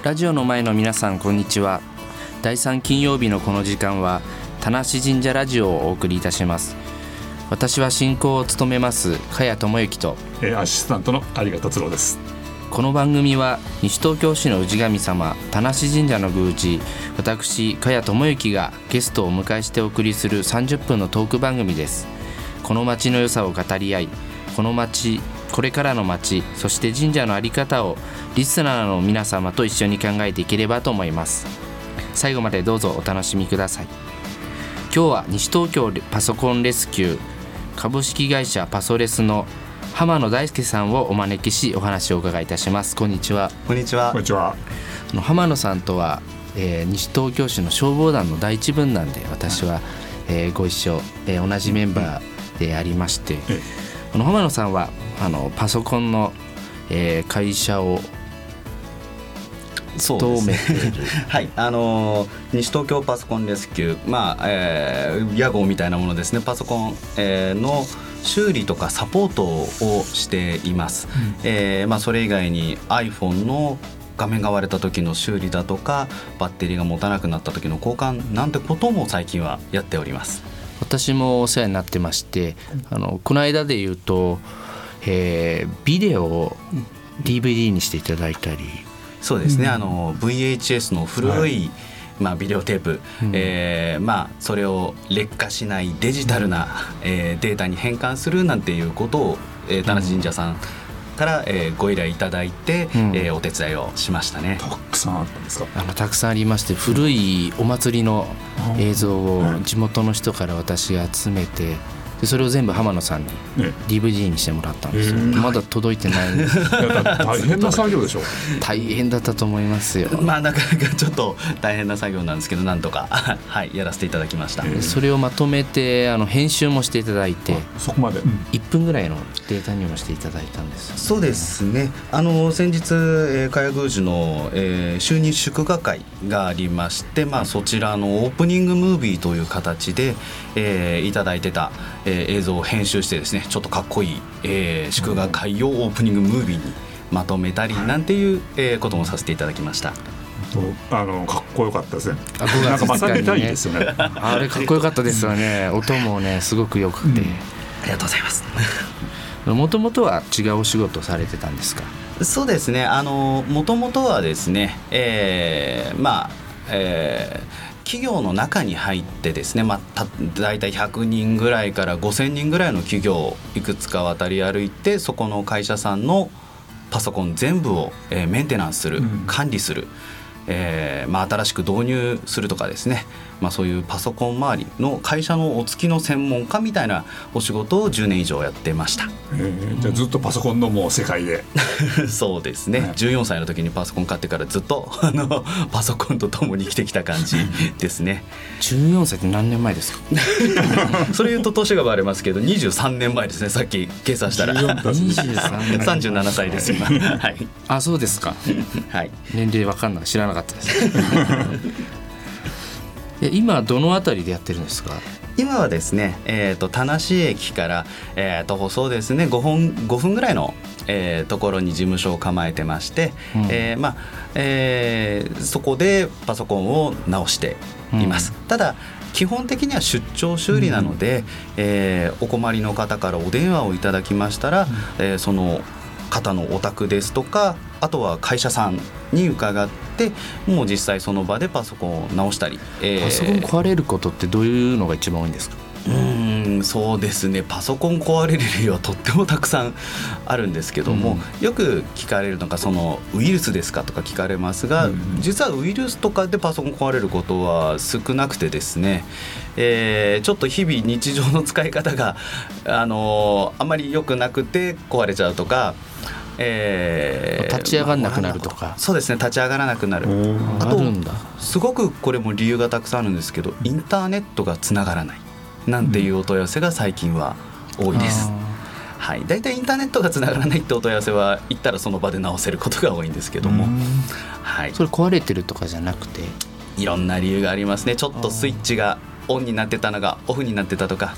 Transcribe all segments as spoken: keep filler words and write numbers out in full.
ラジオの前の皆さんこんにちは。だいさん金曜日のこの時間は田無神社ラジオをお送りいたします。私は進行を務めます茅智之と、 えー、アシスタントの有賀達郎です。 この番組は西東京市の氏神様田無神社の宮司、私茅智之がゲストをお迎えしてお送りするさんじゅっぷんのトーク番組です。この町の良さを語り合い、この町、これからの町、そして神社の在り方をリスナーの皆様と一緒に考えていければと思います。最後までどうぞお楽しみください。今日は西東京パソコンレスキュー株式会社パソレスの浜野大輔さんをお招きしお話をお伺いいたします。こんにちは。 こんにちは。 こんにちは。 浜野さんとは、えー、西東京市の消防団の第一分団で私は、えー、ご一緒、えー、同じメンバーでありまして、えこの浜野さんはあのパソコンの、えー、会社をそうですねはい、あのー、西東京パソコンレスキュー、まあえー、屋号みたいなものですね。パソコン、えー、の修理とかサポートをしています、うんえーまあ、それ以外に iPhone の画面が割れた時の修理だとか、バッテリーが持たなくなった時の交換なんてことも最近はやっております。 私もお世話になってまして、あのこの間で言うと、えー、ビデオを ディーブイディー にしていただいたり、 そうですね、うん、あの ブイエイチエス の古い、はいまあ、ビデオテープ、うんえーまあ、それを劣化しないデジタルな、えー、データに変換するなんていうことを、えー、田無神社さんから、えー、ご依頼いただいて、うんえー、お手伝いをしましたね。 たくさんあったんですか？ あのたくさんありまして、古いお祭りの映像を地元の人から私が集めて、でそれを全部浜野さんに ディーブイディー にしてもらったんですよ、ね、まだ届いてないんです。 大変な作業でしょう。 大変だったと思いますよ。 まあなかなかちょっと大変な作業なんですけど、なんとかはいやらせていただきました。 それをまとめてあの編集もしていただいて、 そこまでいっぷんぐらいのデータにもしていただいたんです。 そうですね、あの先日、えー、茅宮司の、えー、就任祝賀会がありまして、まあ、そちらのオープニングムービーという形で、えー、いただいてたえー、映像を編集してですね、ちょっとかっこいい、えー、祝賀会をオープニングムービーにまとめたりなんていう、えー、こともさせていただきました。 あのかっこよかったですね。 あごがつつかにね、なんかまた見たいですよね。 あれかっこよかったですよね。音もねすごくよくて、うん、 ありがとうございます。 もともとは違うお仕事をされてたんですか？ そうですね、あのもともとはですね、えー、まあ、えー企業の中に入ってですね、まあ、た大体ひゃくにんぐらいからごせんにんぐらいの企業をいくつか渡り歩いて、そこの会社さんのパソコン全部を、えー、メンテナンスする、うん、管理する、えーまあ、新しく導入するとかですね、まあ、そういうパソコン周りの会社のお付きの専門家みたいなお仕事をじゅうねん以上やってました。 えー、じゃあずっとパソコンのもう世界でそうですね、はい、じゅうよんさいの時にパソコン買ってからずっとあのパソコンと共に生きてきた感じですね。 じゅうよんさいって何年前ですか？ それ言うと年がバレますけどにじゅうさんねんまえですね。さっき計算したらにじゅうさんねんさんじゅうななさいです今。はい、 あ、そうですか。 はい、 年齢分かんない、知らなかったです。今どのあたりでやってるんですか？ 今はですね、えー、と田無駅から、えー、徒歩そうですねごふん、ごふんぐらいの、えー、ところに事務所を構えてまして、うんえーまあえー、そこでパソコンを直しています、うん、ただ基本的には出張修理なので、うんえー、お困りの方からお電話をいただきましたら、うんえー、その方のお宅ですとか、あとは会社さんに伺って、もう実際その場でパソコンを直したり、 えー、パソコン壊れることってどういうのが一番多いんですか？ うーんそうですね、パソコン壊れる理由はとってもたくさんあるんですけども、うん、よく聞かれるのがそのウイルスですかとか聞かれますが、うん、実はウイルスとかでパソコン壊れることは少なくてですね、えー、ちょっと日々日常の使い方が、あのー、あまり良くなくて壊れちゃうとか、えー、立ち上がらなくなるとか、 そうですね、立ち上がらなくなる。あとすごくこれも理由がたくさんあるんですけど、インターネットがつながらないなんていうお問い合わせが最近は多いです、うんはい、だいたいインターネットがつながらないってお問い合わせは行ったらその場で直せることが多いんですけども、 はい、それ壊れてるとかじゃなくていろんな理由がありますね。ちょっとスイッチがオンになってたのがオフになってたとか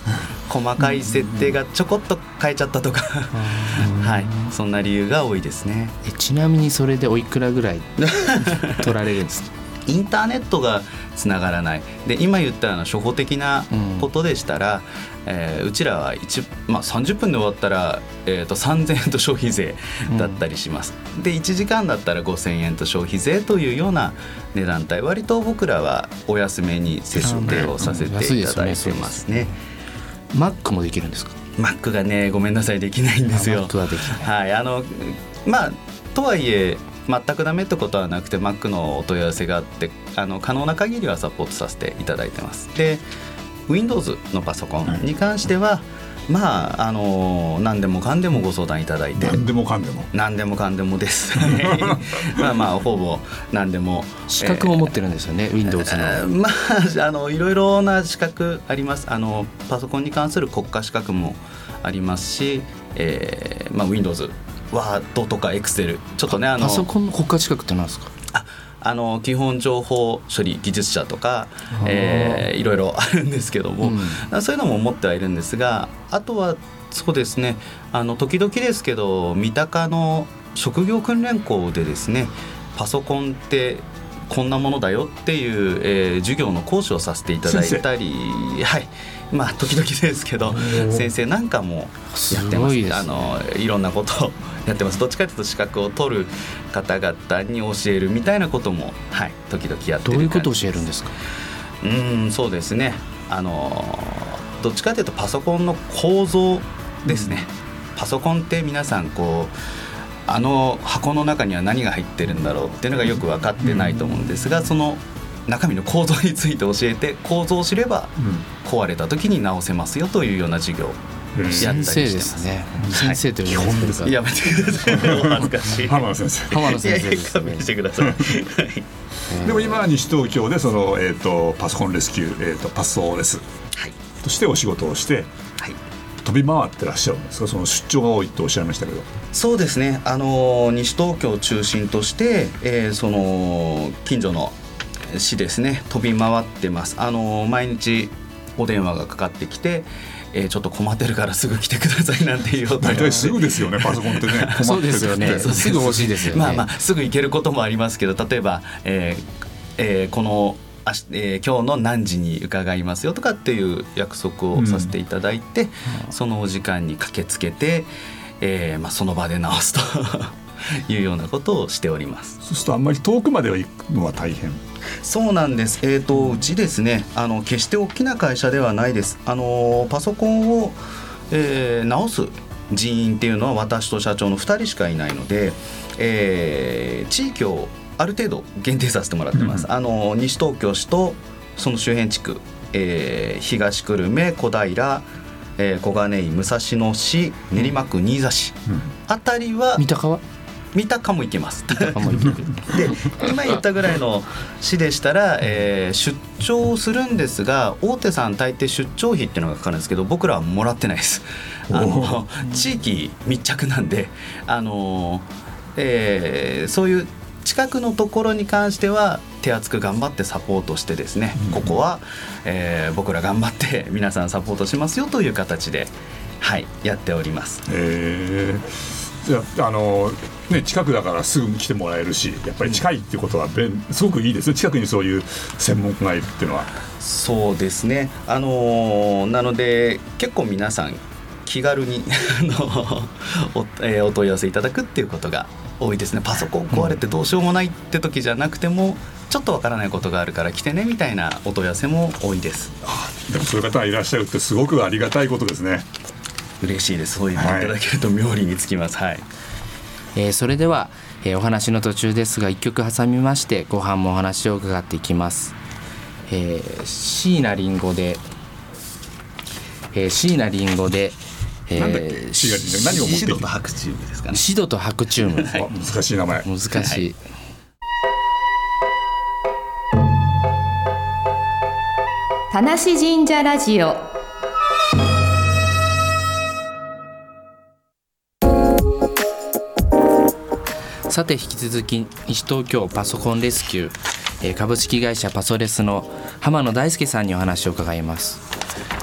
細かい設定がちょこっと変えちゃったとかはい、そんな理由が多いですね。 えちなみにそれでおいくらぐらい取られるんですか？ インターネットがつながらないで、今言ったような初歩的なことでしたら、うんえー、うちらは一、まあ、さんじゅっぷんで終わったら、えー、とさんぜんえんと消費税だったりします、うん、でいちじかんだったらごせんえんと消費税というような値段帯、割と僕らはお安めに設定をさせていただいてますね。 マックもできるんですか？ マックがね、ごめんなさい、できないんですよ。 マックはできない、 はい、あのまあとはいえ全くダメってことはなくて、 Mac のお問い合わせがあって、あの可能な限りはサポートさせていただいてます。で Windows のパソコンに関しては、まああの何でもかんでもご相談いただいて、 何でもかんでも何でもかんでもですまあまあほぼ何でも資格を持ってるんですよね、えー、Windows の、えー、まああのいろいろな資格あります。あのパソコンに関する国家資格もありますし、えーまあ、Windowsワードとかエクセル、ちょっとね、あのパソコンの国家資格って何ですか？ ああの基本情報処理技術者とか、えー、いろいろあるんですけども、うん、そういうのも持ってはいるんですが、あとはそうですね、あの時々ですけど三鷹の職業訓練校でですね、パソコンってこんなものだよっていう、えー、授業の講師をさせていただいたり、はい、まあ時々ですけど先生なんかもやってます。いあのいろんなことをやってます。どっちかというと資格を取る方々に教えるみたいなことも、はい、時々やってる。 どういうことを教えるんですか？ うん、そうですね、あのどっちかというとパソコンの構造ですね、うん、パソコンって皆さんこうあの箱の中には何が入ってるんだろうっていうのがよく分かってないと思うんですが、その中身の構造について教えて、構造を知れば壊れた時に直せますよというような授業をやったりしてます。 先生ですね、先生という本ですか？ やめてくださいお恥ずかしい浜野先生浜野先生です、ね、 勘弁してくださいでも今は西東京でその、えー、とパソコンレスキュー、えー、とパソレスとしてお仕事をして、はい、飛び回ってらっしゃるんですか？その出張が多いとおっしゃいましたけど。 そうですね、あの西東京を中心として、えー、その近所の市ですね、飛び回ってます。あの毎日お電話がかかってきて、えー、ちょっと困ってるからすぐ来てくださいなんていう大体すぐですよね、パソコンってね困ってるそうですよね、すぐ欲しいですよね。 まあまあすぐ行けることもありますけど、例えば、えーえー、このあし、えー、今日の何時に伺いますよとかっていう約束をさせていただいて、うん、そのお時間に駆けつけて、えーまあ、その場で直すというようなことをしております。 そうするとあんまり遠くまでは行くのは大変。 そうなんです、えー、とうちですね、あの決して大きな会社ではないです。あのパソコンを、えー、直す人員っていうのは私と社長のふたりしかいないので、えー、地域をある程度限定させてもらってます、うん、あの西東京市とその周辺地区、えー、東久留米、小平、えー、小金井、武蔵野市、練馬区、新座市、うん、あたりは三鷹は三鷹も行けます三鷹も行けるで今言ったぐらいの市でしたら、えー、出張するんですが、大手さん大抵出張費っていうのがかかるんですけど、僕らはもらってないです。あの地域密着なんで、あの、えー、そういう近くのところに関しては手厚く頑張ってサポートしてですね、うん、ここは、えー、僕ら頑張って皆さんサポートしますよという形で、はい、やっております。 へー、じゃあ、あのね、近くだからすぐ来てもらえるし、やっぱり近いっていうことは便すごくいいですね、近くにそういう専門家がいるっていうのは。 そうですね、あのなので結構皆さん気軽にお、えー、お問い合わせいただくっていうことが多いですね。パソコン壊れてどうしようもないって時じゃなくても、ちょっとわからないことがあるから来てねみたいなお問い合わせも多いです。 あ、でもそういう方がいらっしゃるってすごくありがたいことですね。 嬉しいです。そう言っていただけると妙利につきます。はい、 えー、それでは、えー、お話の途中ですがいっきょく挟みまして後半もお話を伺っていきます。えー、椎名林檎で、えー、椎名林檎で、 えー、なんだっけ、椎名林檎何を持ってきて、 シドと白チュームですかね。 シドと白チューム、はい、 難しい名前、 難しい、はい、 田無神社ラジオ。 さて引き続き西東京パソコンレスキュー株式会社パソレスの浜野大輔さんにお話を伺います。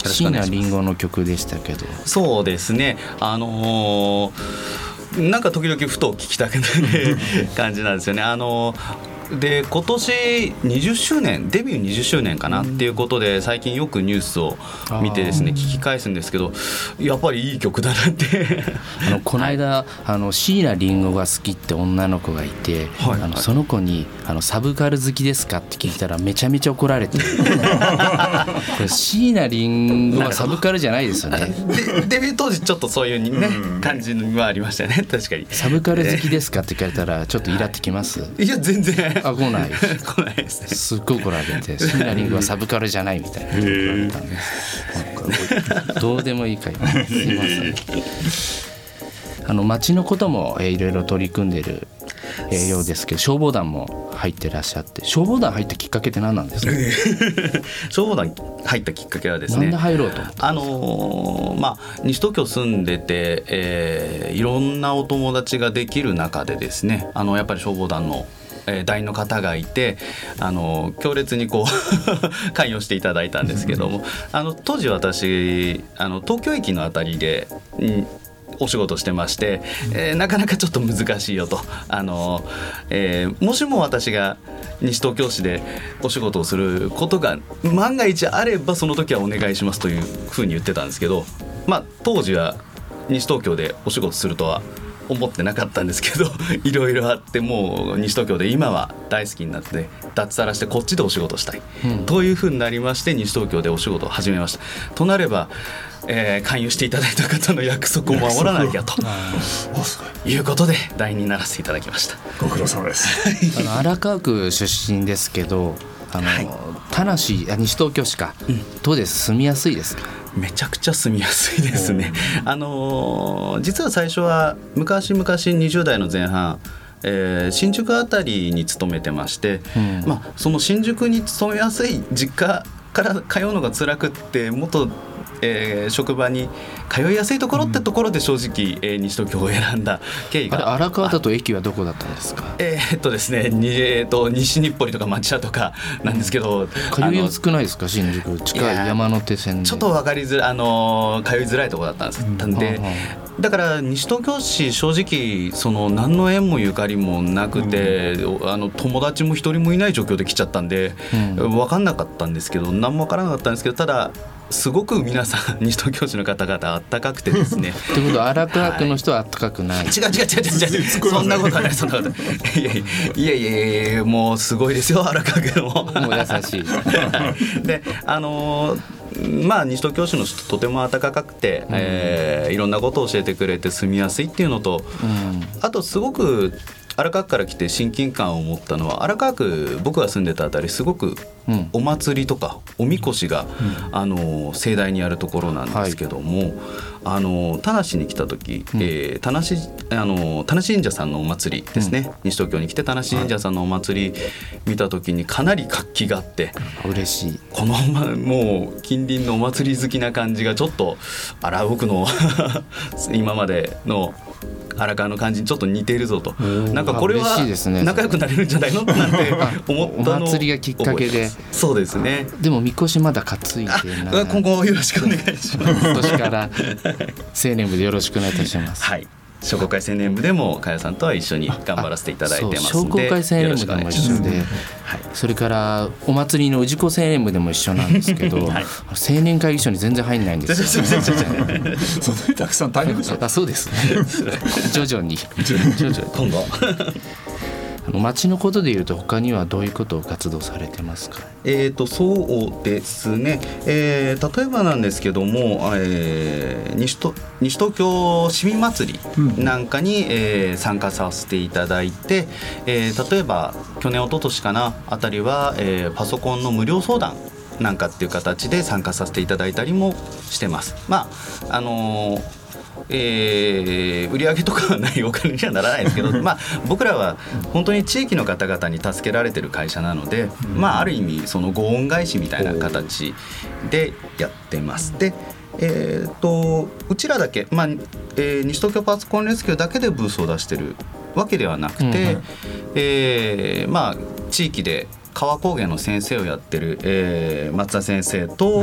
椎名林檎の曲でしたけど。 そうですね、あのー、なんか時々ふと聴きたくなる感じなんですよね。あのーで今年にじゅっしゅうねんデビューにじゅっしゅうねんかなっていうことで最近よくニュースを見てですね聞き返すんですけど、やっぱりいい曲だなってあのこの間、はい、あの椎名林檎が好きって女の子がいて、はい、あのその子にあのサブカル好きですかって聞いたらめちゃめちゃ怒られてこれ椎名林檎はサブカルじゃないですよね。 デビュー当時ちょっとそういう、ね、感じはありましたね。確かにサブカル好きですかって聞かれたらちょっとイラってきます？ いや全然あ、来ない来ないですね。 すっごい怒られて椎名林檎はサブカルじゃないみたいな怒られたんですどうでもいいかいすいません。あの町のことも、えー、いろいろ取り組んでる、えー、ようですけど消防団も入ってらっしゃって、消防団入ったきっかけって何なんですか？ 消防団入ったきっかけはですね、 なんで入ろうと思った？ あのーまあ、西東京住んでて、えー、いろんなお友達ができる中でですね、あのやっぱり消防団のえー、団員の方がいて、あの強烈にこう関与していただいたんですけども、あの当時私あの東京駅のあたりで、うんお仕事してまして、えー、なかなかちょっと難しいよと、あの、えー、もしも私が西東京市でお仕事をすることが万が一あればその時はお願いしますというふうに言ってたんですけど、まあ、当時は西東京でお仕事するとは思ってなかったんですけどいろいろあって、もう西東京で今は大好きになって脱サラしてこっちでお仕事したい、うん、というふうになりまして西東京でお仕事を始めました。となれば、えー、勧誘していただいた方の約束を守らなきゃということで団員にならせていただきました。 ご苦労様ですあの荒川区出身ですけど、あの、はい、田無西東京市か、うん、どうです？住みやすいですか？ めちゃくちゃ住みやすいですね。あのー、実は最初は昔々にじゅう代の前半、えー、新宿あたりに勤めてまして、うんまあ、その新宿に勤めやすい実家から通うのが辛くってもっとえー、職場に通いやすいところってところで正直、えー、西東京を選んだ経緯が。 あれ荒川だと駅はどこだったんですか？ えー、っとですね、にえー、っと西日暮里とか町田とかなんですけど、うん、 通いやすくないですか？新宿近い山手線でちょっと分かりづらい、あのー、通いづらいところだったんです、うん、で、うん、だから西東京市正直その何の縁もゆかりもなくて、うん、あの友達も一人もいない状況で来ちゃったんで、うん、分かんなかったんですけど何も分からなかったんですけど、ただすごく皆さん西東京市の方々あったかくてですねということは荒川区の人はあったかくない、 はい、違う違う違う違う違うそんなことはないそんなことないいやいやいやいやもうすごいですよ荒川区ももう優しいであのー、まあ西東京市の人とても温かくて、うんえー、いろんなことを教えてくれて住みやすいっていうのと、うん、あとすごく荒川区から来て親近感を持ったのは、荒川区僕が住んでたあたりすごくお祭りとかおみこしが、うん、あの盛大にやるところなんですけども、はい、あの田無に来た時、うんえー、田無あの田無神社さんのお祭りですね、うん、西東京に来て田無神社さんのお祭り見た時にかなり活気があって、 うん、嬉しい。 この、ま、もう近隣のお祭り好きな感じがちょっとあら僕の今までの荒川の感じにちょっと似ているぞと、なんかこれは仲良くなれるんじゃないのなんて思ったのをお祭りがきっかけで。 そうですね。 でもみこしまだ担いでな。 今後よろしくお願いします。 今年から青年部でよろしくお願いいたします。 はい。商工会青年部でも加谷さんとは一緒に頑張らせていただいてますので、商工会青年部でも一緒で、はい、それからお祭りの氏子青年部でも一緒なんですけど、はい、青年会議所に全然入んないんですよ。 そんなにたくさん大変ですよ。 あ、そうですね。徐々に徐々に今度あの町のことでいうと他にはどういうことを活動されてますか？ えーとそうですね、えー、例えばなんですけども、えー、西, と西東京市民祭りなんかに、うんえー、参加させていただいて、えー、例えば去年一昨年かなあたりは、えー、パソコンの無料相談なんかっていう形で参加させていただいたりもしてます。まああのーえー、売り上げとかはないお金にはならないですけど、まあ、僕らは本当に地域の方々に助けられてる会社なので、まあ、ある意味そのご恩返しみたいな形でやってます。で、えー、とうちらだけ、まあえー、西東京パソコンレスキューだけでブースを出してるわけではなくて、うんえーまあ、地域で川工芸の先生をやってる、えー、松田先生と、はい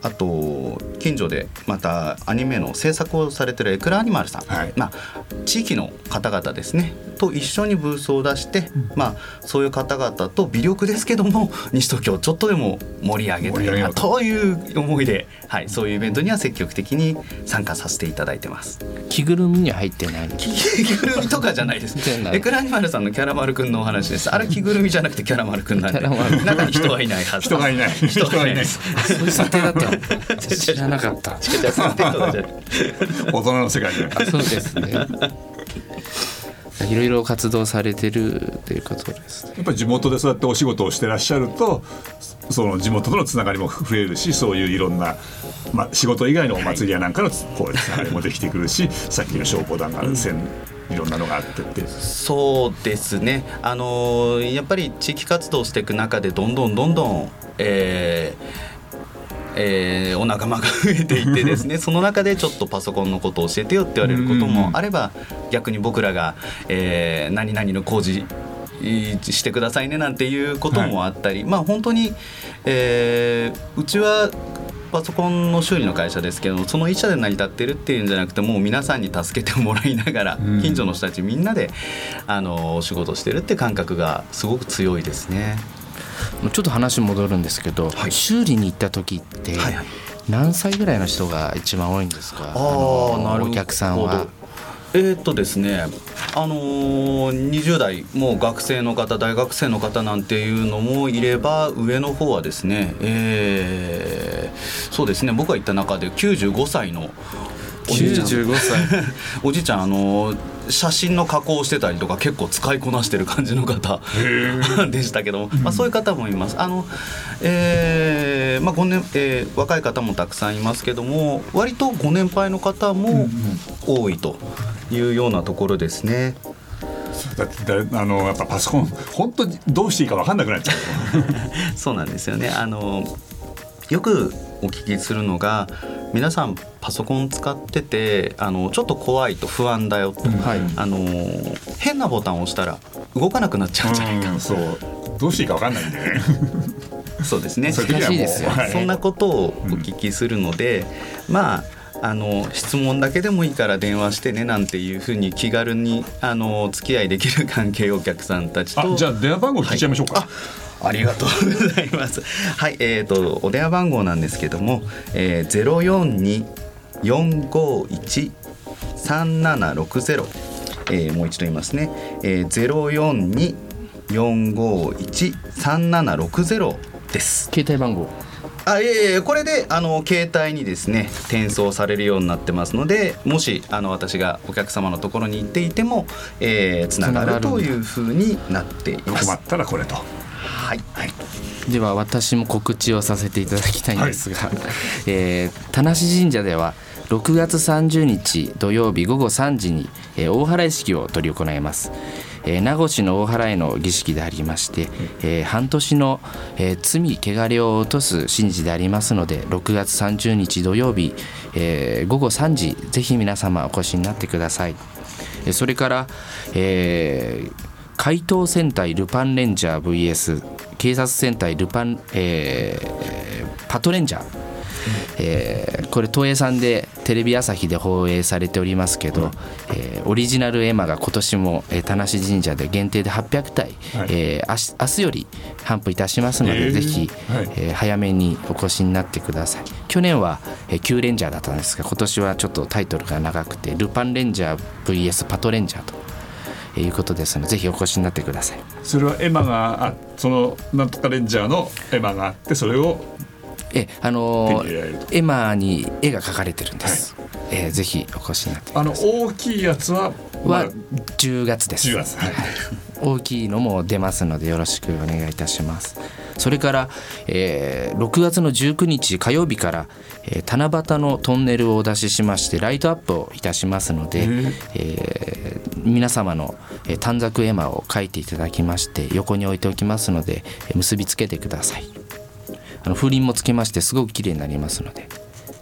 あと近所でまたアニメの制作をされてるエクラアニマルさん、はい、まあ、地域の方々ですねと一緒にブースを出して、うん、まあ、そういう方々と微力ですけども西東京をちょっとでも盛り上げたいなという思いで、はい、そういうイベントには積極的に参加させていただいてます。 着ぐるみには入ってない。 着ぐるみとかじゃないですエクラアニマルさんのキャラマルくんのお話です。あれ着ぐるみじゃなくてキャラマルくんなんで中に人はいないはず。 人がいない人がいないそういう設定だったの知らなかった大人の世界で。 あ、そうですねいろいろ活動されてるということです、ね、 やっぱり地元でそうやってお仕事をしてらっしゃるとその地元とのつながりも増えるし、そういういろんな、まあ、仕事以外のお祭りやなんかのこうつながりもできてくるし、さっきの消防団がある線、いろんなのがあってって。 そうですね、あのー、やっぱり地域活動していく中でどんどんどんどん、えーえー、お仲間が増えていってですねその中でちょっとパソコンのことを教えてよって言われることもあれば、逆に僕らが、えー、何々の工事してくださいねなんていうこともあったり、はい、まあ本当に、えー、うちはパソコンの修理の会社ですけど、その一社で成り立ってるっていうんじゃなくて、もう皆さんに助けてもらいながら、うん、近所の人たちみんなであのお仕事してるって感覚がすごく強いですね。 ちょっと話戻るんですけど、はい、修理に行った時って何歳ぐらいの人が一番多いんですか？ああ、なるほど。お客さんはえーっとですね、あのー、にじゅう代もう学生の方、大学生の方なんていうのもいれば、上の方はですね、えー、そうですね、僕が行った中できゅうじゅうごさいのおじいちゃんきゅうじゅうごさいおじいちゃん、あのー写真の加工をしてたりとか結構使いこなしてる感じの方でしたけど、まあ、そういう方もいます。あの、えーまあごねんえー、若い方もたくさんいますけども、割とご年配の方も多いというようなところですね。 だってあのやっぱパソコン本当にどうしていいか分かんなくなっちゃうそうなんですよね。あのよくお聞きするのが、皆さんパソコン使っててあのちょっと怖いと、不安だよと、うん、はい、あの変なボタンを押したら動かなくなっちゃうんじゃないか、 うん、そうどうしていいか分かんないんでねそうですね、 難しいですよ、 はい、そんなことをお聞きするので、うん、まああの質問だけでもいいから電話してねなんていうふうに気軽にあの付き合いできる関係お客さんたちと。 あ、じゃあ電話番号聞いちゃいましょうか。 はい、あありがとうございます。はい、えーと、お電話番号なんですけども、えー、ゼロよんに よんごいち さんななろくゼロ、えー、もう一度言いますね、えー、ゼロよんに よんごいち さんななろくゼロです。 携帯番号、 あ、いえいえ、これであの携帯にですね転送されるようになってますので、もしあの私がお客様のところに行っていても、えー、つながるというふうになっています。 困ったらこれと。 はい、はい、 では私も告知をさせていただきたいんですが、はい、えー、田無神社ではろくがつさんじゅうにち土曜日ごごさんじに、えー、大祓式を執り行います。えー、名越の大祓の儀式でありまして、えー、半年の、えー、罪汚れを落とす神事でありますので、ろくがつさんじゅうにち土曜日、えー、ごごさんじ、ぜひ皆様お越しになってください。えー、それから、えー、怪盗戦隊ルパンレンジャー ブイエス 警察戦隊ルパン、えー、パトレンジャー、えー、これ東映さんでテレビ朝日で放映されておりますけど、うん、えー、オリジナル絵馬が今年も、えー、田無神社で限定ではっぴゃくたい、はい、えー、明日より頒布いたしますので、えー、ぜひ、はい、えー、早めにお越しになってください。去年は、えー、キューレンジャーだったんですが、今年はちょっとタイトルが長くてルパンレンジャー ブイエス パトレンジャーということですので、ぜひお越しになってください。 それは絵馬があ、そのなんとかレンジャーの絵馬があって、それをえあの絵馬に絵が描かれてるんです、はい、えー、ぜひお越しになってください。 あの大きいやつは、 はじゅうがつです。 じゅうがつ、はい、 大きいのも出ますのでよろしくお願いいたします。それから、えー、ろくがつのじゅうくにち火曜日から、えー、七夕のトンネルをお出ししましてライトアップをいたしますので、えー、皆様の、えー、短冊絵馬を描いていただきまして横に置いておきますので、えー、結びつけてください。あの風鈴もつけましてすごく綺麗になりますので、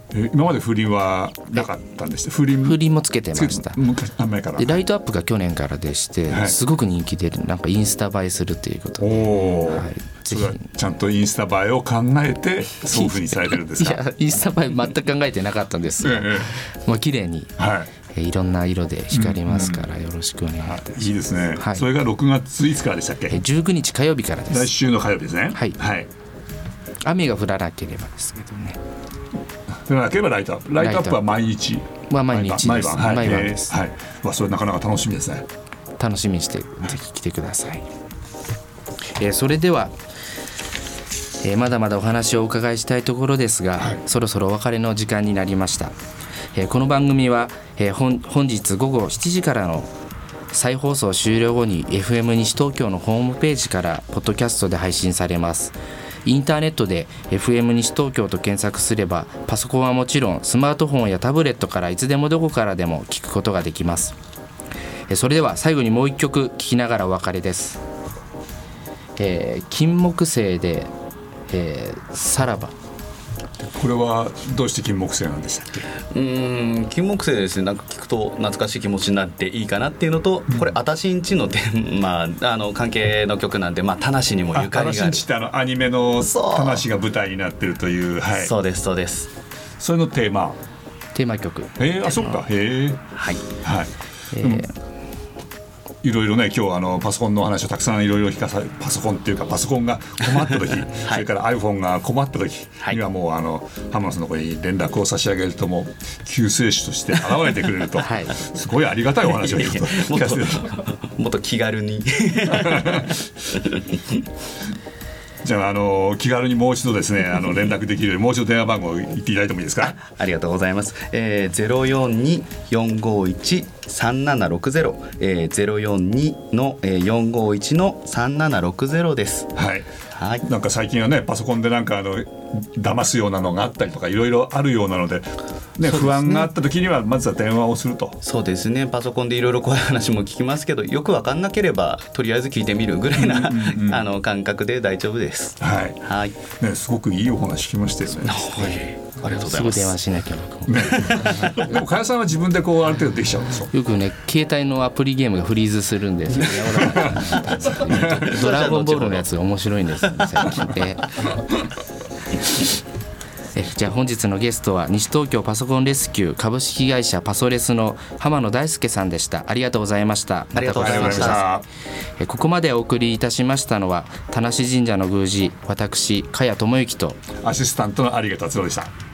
え今まで風鈴はなかったんです。風鈴風鈴もつけてました。 昔前から。 でライトアップが去年からでして、はい、すごく人気でなんかインスタ映えするということで、 お、 はい、ぜひちゃんとインスタ映えを考えてそういうふうにされてるんですか？ いやインスタ映え全く考えてなかったんですが、ええ、もう綺麗に、はい、いろんな色で光りますからよろしくお願いいたします、 うんうん、いいですね、はい、それがろくがついつかでしたっけ？ じゅうくにち火曜日からです。 来週の火曜日ですね。 はい、はい、雨が降らなければですけどね。 降らなければライトアップライトアップは毎日は毎日です。 毎晩、はい、 毎晩です、 えーはいまあ、それなかなか楽しみですね。 楽しみにしてぜひ来てください、えー、それでは、えー、まだまだお話をお伺いしたいところですが、はい、そろそろお別れの時間になりました、えー、この番組は、えー、本, 本日午後しちじからの再放送終了後に エフエム 西東京のホームページからポッドキャストで配信されます。インターネットで エフエム 西東京と検索すればパソコンはもちろんスマートフォンやタブレットからいつでもどこからでも聞くことができます。それでは最後にもう一曲聴きながらお別れです、えー、金木犀で、えー、さらば。 これはどうして金木犀なんでしたっけ？ うーん金木犀ですね。なんか聞くと懐かしい気持ちになっていいかなっていうのと、うん、これあたしんちのまあ、あの関係の曲なんで、まあ、田無にもゆかりがある。 あたしんちってあのアニメの田無が舞台になってるという、はい、 そうですそうです。 それのテーマテーマ曲。 えー、あそっかへえはい、 はいえーうんいろいろね今日あのパソコンの話をたくさんいろいろ聞かされパソコンっていうかパソコンが困った時、はい、それから iPhone が困った時にはもうあの浜野さんの子に連絡を差し上げるともう救世主として現れてくれると、はい、すごいありがたいお話を聞かせてもっと気軽にじゃあ、あの気軽にもう一度ですねあの連絡できるようにもう一度電話番号を言っていただいてもいいですか？ あ, ありがとうございます、えー、ゼロよんに よんごいち さんななろくゼロ、えー、ゼロよんに の、えー、よんごいちのさんななろくゼロです。 はい、はい、なんか最近はねパソコンでなんかあの騙すようなのがあったりとかいろいろあるようなので、ね、不安があった時にはまずは電話をすると。 そうですね。パソコンでいろいろ怖い話も聞きますけどよく分かんなければとりあえず聞いてみるぐらいな、うんうんうん、あの感覚で大丈夫です。 はい、はいね、すごくいいお話聞きましたよね。 はいありがとうございます。 すぐ電話しなきゃ僕も、 ね、でも加谷さんは自分でこうある程度できちゃうんですよ。 よくね携帯のアプリゲームがフリーズするんですよドラゴンボールのやつが面白いんですよね最近でえじゃあ本日のゲストは西東京パソコンレスキュー株式会社パソレスの浜野大輔さんでした。ありがとうございました。 ありがとうございました。 えここまでお送りいたしましたのは田無神社の宮司私茅智之とアシスタントの有賀達郎でした。